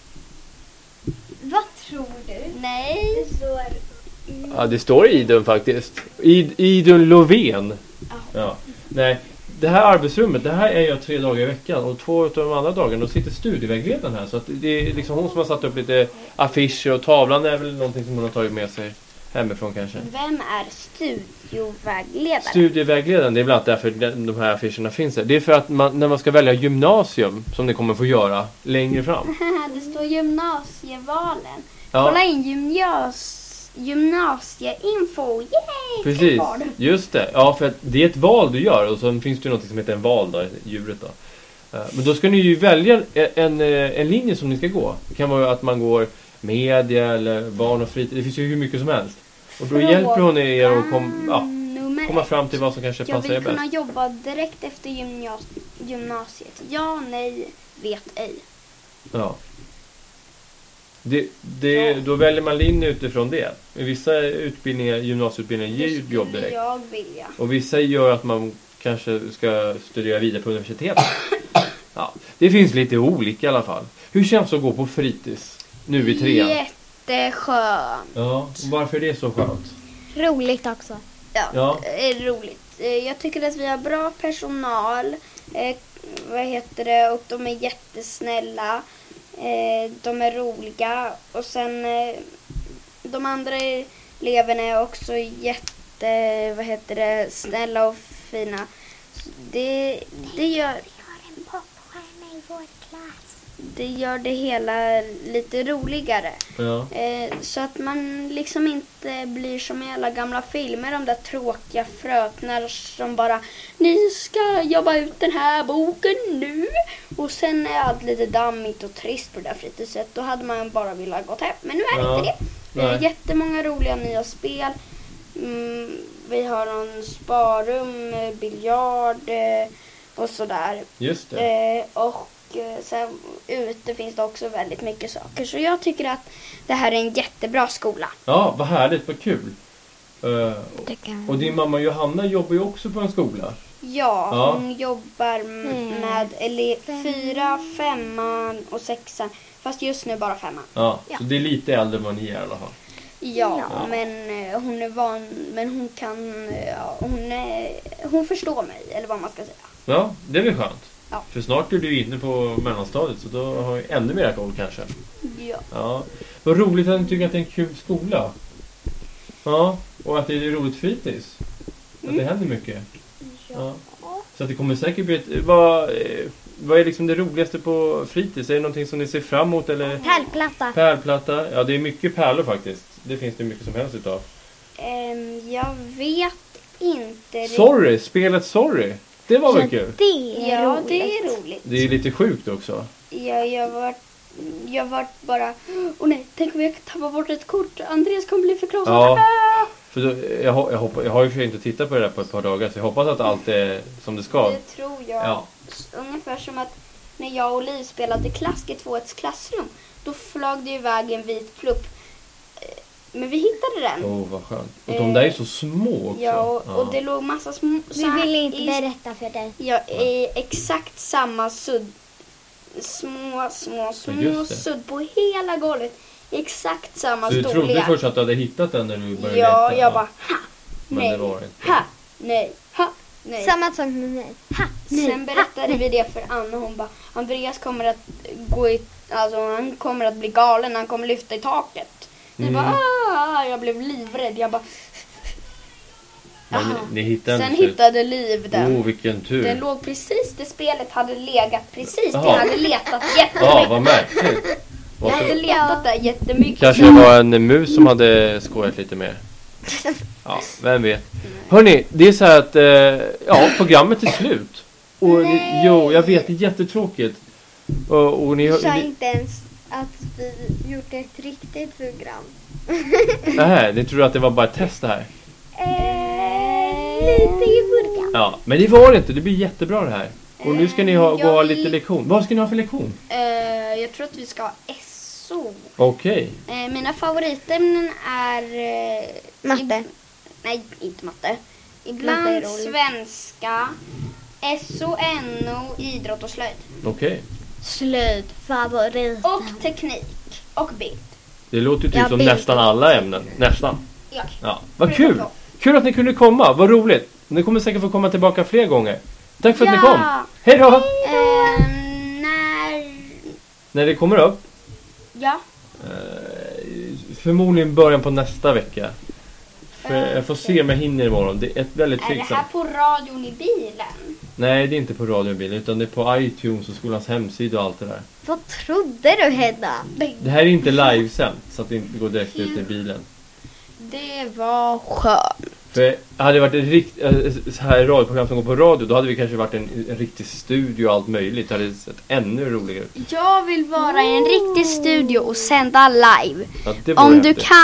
Vad tror du? Nej. Det står... Ja, det står Idun faktiskt. Id, Idun Lovén. Ja. Nej, det här arbetsrummet, det här är jag tre dagar i veckan. Och två av de andra dagarna, då sitter studievägledaren här. Så att det är liksom hon som har satt upp lite affischer. Och tavlan är väl någonting som hon har tagit med sig hemifrån kanske. Vem är studiovägledare? Studievägledaren, det är bland annat därför de här affischerna finns här. Det är för att man, när man ska välja gymnasium, som ni kommer få göra längre fram. Det står gymnasievalen. Ja. Kolla in gymnas gymnasieinfo. Yay! Precis, Val. just det. Ja, för att det är ett val du gör. Och så finns det något som heter en val då, djuret då. Eh, Men då ska ni ju välja en, en, en linje som ni ska gå. Det kan vara att man går media eller barn och fritid. Det finns ju hur mycket som helst. Och då Fråga hjälper hon er att kom, ja, nummer komma ett. fram till vad som kanske Jag passar er vill kunna bäst. jobba direkt efter gymnas- gymnasiet. Ja, nej, vet ej. Ja. Det, det, då väljer man linje utifrån det. Vissa utbildningar, gymnasieutbildningar ger ju ett jobb skulle direkt. jag vilja. Och vissa gör att man kanske ska studera vidare på universitetet. Ja, det finns lite olika i alla fall. Hur känns det att gå på fritids nu i trean? Jätteskönt. Ja, och varför är det så skönt? Roligt också. Ja, Ja. det är roligt. Eh, Jag tycker att vi har bra personal. Eh, vad heter det? Och de är jättesnälla. Eh, de är roliga. Och sen eh, de andra eleverna är också jätte, vad heter det, snälla och fina. Så Det, det gör... Vi har en popstjärna i vår klass. Det gör det hela lite roligare. Ja. Eh, så att man liksom inte blir som i alla gamla filmer, de där tråkiga fröknar som bara ni ska jobba ut den här boken nu. Och sen är allt lite dammigt och trist på det där fritidset. Då hade man bara velat gått hem. Men nu är det Ja. inte det. Eh, Nej. jättemånga roliga nya spel. Mm, vi har någon sparrum, eh, biljard eh, och sådär. Just det. Eh, och eh, sen ute finns det också väldigt mycket saker. Så jag tycker att det här är en jättebra skola. Ja, vad härligt, vad kul. Uh, Det kan... och din mamma Johanna jobbar ju också på en skola. Ja, Ja. hon jobbar m- Mm. med ele- fyra, femman och sexan. Fast just nu bara femman. Ja, Ja. så det är lite äldre än vad ni är i alla fall. Ja, Ja. men eh, hon är van, men hon kan, eh, ja, hon, är, hon förstår mig, eller vad man ska säga. Ja, det är väl skönt. Ja. För snart är du inne på mellanstadiet, så då har jag ännu mer koll kanske. Ja. Ja. Vad roligt att ni tycker att det är en kul skola. Ja, och att det är roligt fritids. Att Mm. det händer mycket. Ja. Så att det kommer säkert bli ett... Vad, eh, vad är liksom det roligaste på fritids? Är det någonting som ni ser fram emot? Eller Pärlplatta. pärlplatta? Ja, det är mycket pärlor faktiskt. Det finns det mycket som helst utav. Ehm, jag vet inte. riktigt. Sorry, spelet Sorry. Det var väl kul? Det är Ja, roligt. det är roligt. Det är lite sjukt också. Jag, jag var jag var bara, åh nej, tänk om jag tappar bort ett kort. Andreas kommer bli förklarad. Ja. Ah! För då, jag, ho- jag, hoppas, jag har ju för sig inte tittat på det där på ett par dagar, så jag hoppas att allt är som det ska. Det tror jag. Ja. S- Ungefär som att när jag och Liv spelade klask i tvåets klassrum, då flög det iväg en vit plupp. Eh, Men vi hittade den. Åh, oh, vad skönt. Och de där är så små också. Ja, och, och det låg massa små... Vi vill inte i, berätta för dig. Ja, i exakt samma sudd. Små, små, små sudd på hela golvet. I exakt samma storlek. Så du trodde först att du hade hittat den när du började ja, leta? Jag bara, ha, men nej, det var inte. Ha, nej, ha, nej. Samma sak med mig. Ha, nej, Sen berättade ha, vi det för Anna. Hon bara, Andreas kommer att gå i... Alltså han kommer att bli galen. Han kommer lyfta i taket. Mm. Jag bara, ah, jag blev livrädd. Jag bara... Men ni hittade Sen slut. hittade Liv den. Oh, vilken tur. Den låg precis där spelet hade legat. Precis, Aha. det hade letat jättemycket. Ja, vad märkligt. Jag hade letat där jättemycket. Kanske det var en mus som hade skojat lite mer. Ja, vem vet. Hörrni, det är så här att eh, ja, programmet är slut. Och det, jo, jag vet, det är jättetråkigt. Och, och ni Du sa ni, inte ens att vi gjort ett riktigt program. nej, ni tror att det var bara ett test det här. Eh, lite i början. Ja, men det var det inte. Det blir jättebra det här. Och nu ska ni ha, gå Jag ha vill- lite lektion. Vad ska ni ha för lektion? Eh, jag tror att vi ska ha S O. Okej. Eh, mina favoritämnen är... Eh, Matte. ib- nej, inte matte. Matte Ibland är roligt. svenska, S O, N O, idrott och slöjd. Okej. Slöjd, favorit. Och teknik och bild. Det låter ju typ Ja, som bild. nästan alla ämnen. Nästan. Ja. Ja, vad kul! Kul att ni kunde komma, vad roligt. Ni kommer säkert få komma tillbaka fler gånger. Tack för att ni Ja. kom. Hej då! Eh, när... När det kommer upp, Ja. eh, förmodligen början på nästa vecka. För jag får se om jag hinner imorgon. Det är ett väldigt Är det tveksamt. här på radion i bilen? Nej, det är inte på radiobilen utan det är på iTunes och skolans hemsida och allt det där. Vad trodde du, Hedda? Det här är inte livesänt så att det inte går direkt ut i bilen. Det var skönt. För hade det varit ett rikt, äh, så här radioprogram som går på radio, då hade vi kanske varit en, en riktig studio och allt möjligt. Det hade sett ännu roligare ut. Jag vill vara i en riktig studio och sända live. Ja, det vore Om du häftigt. kan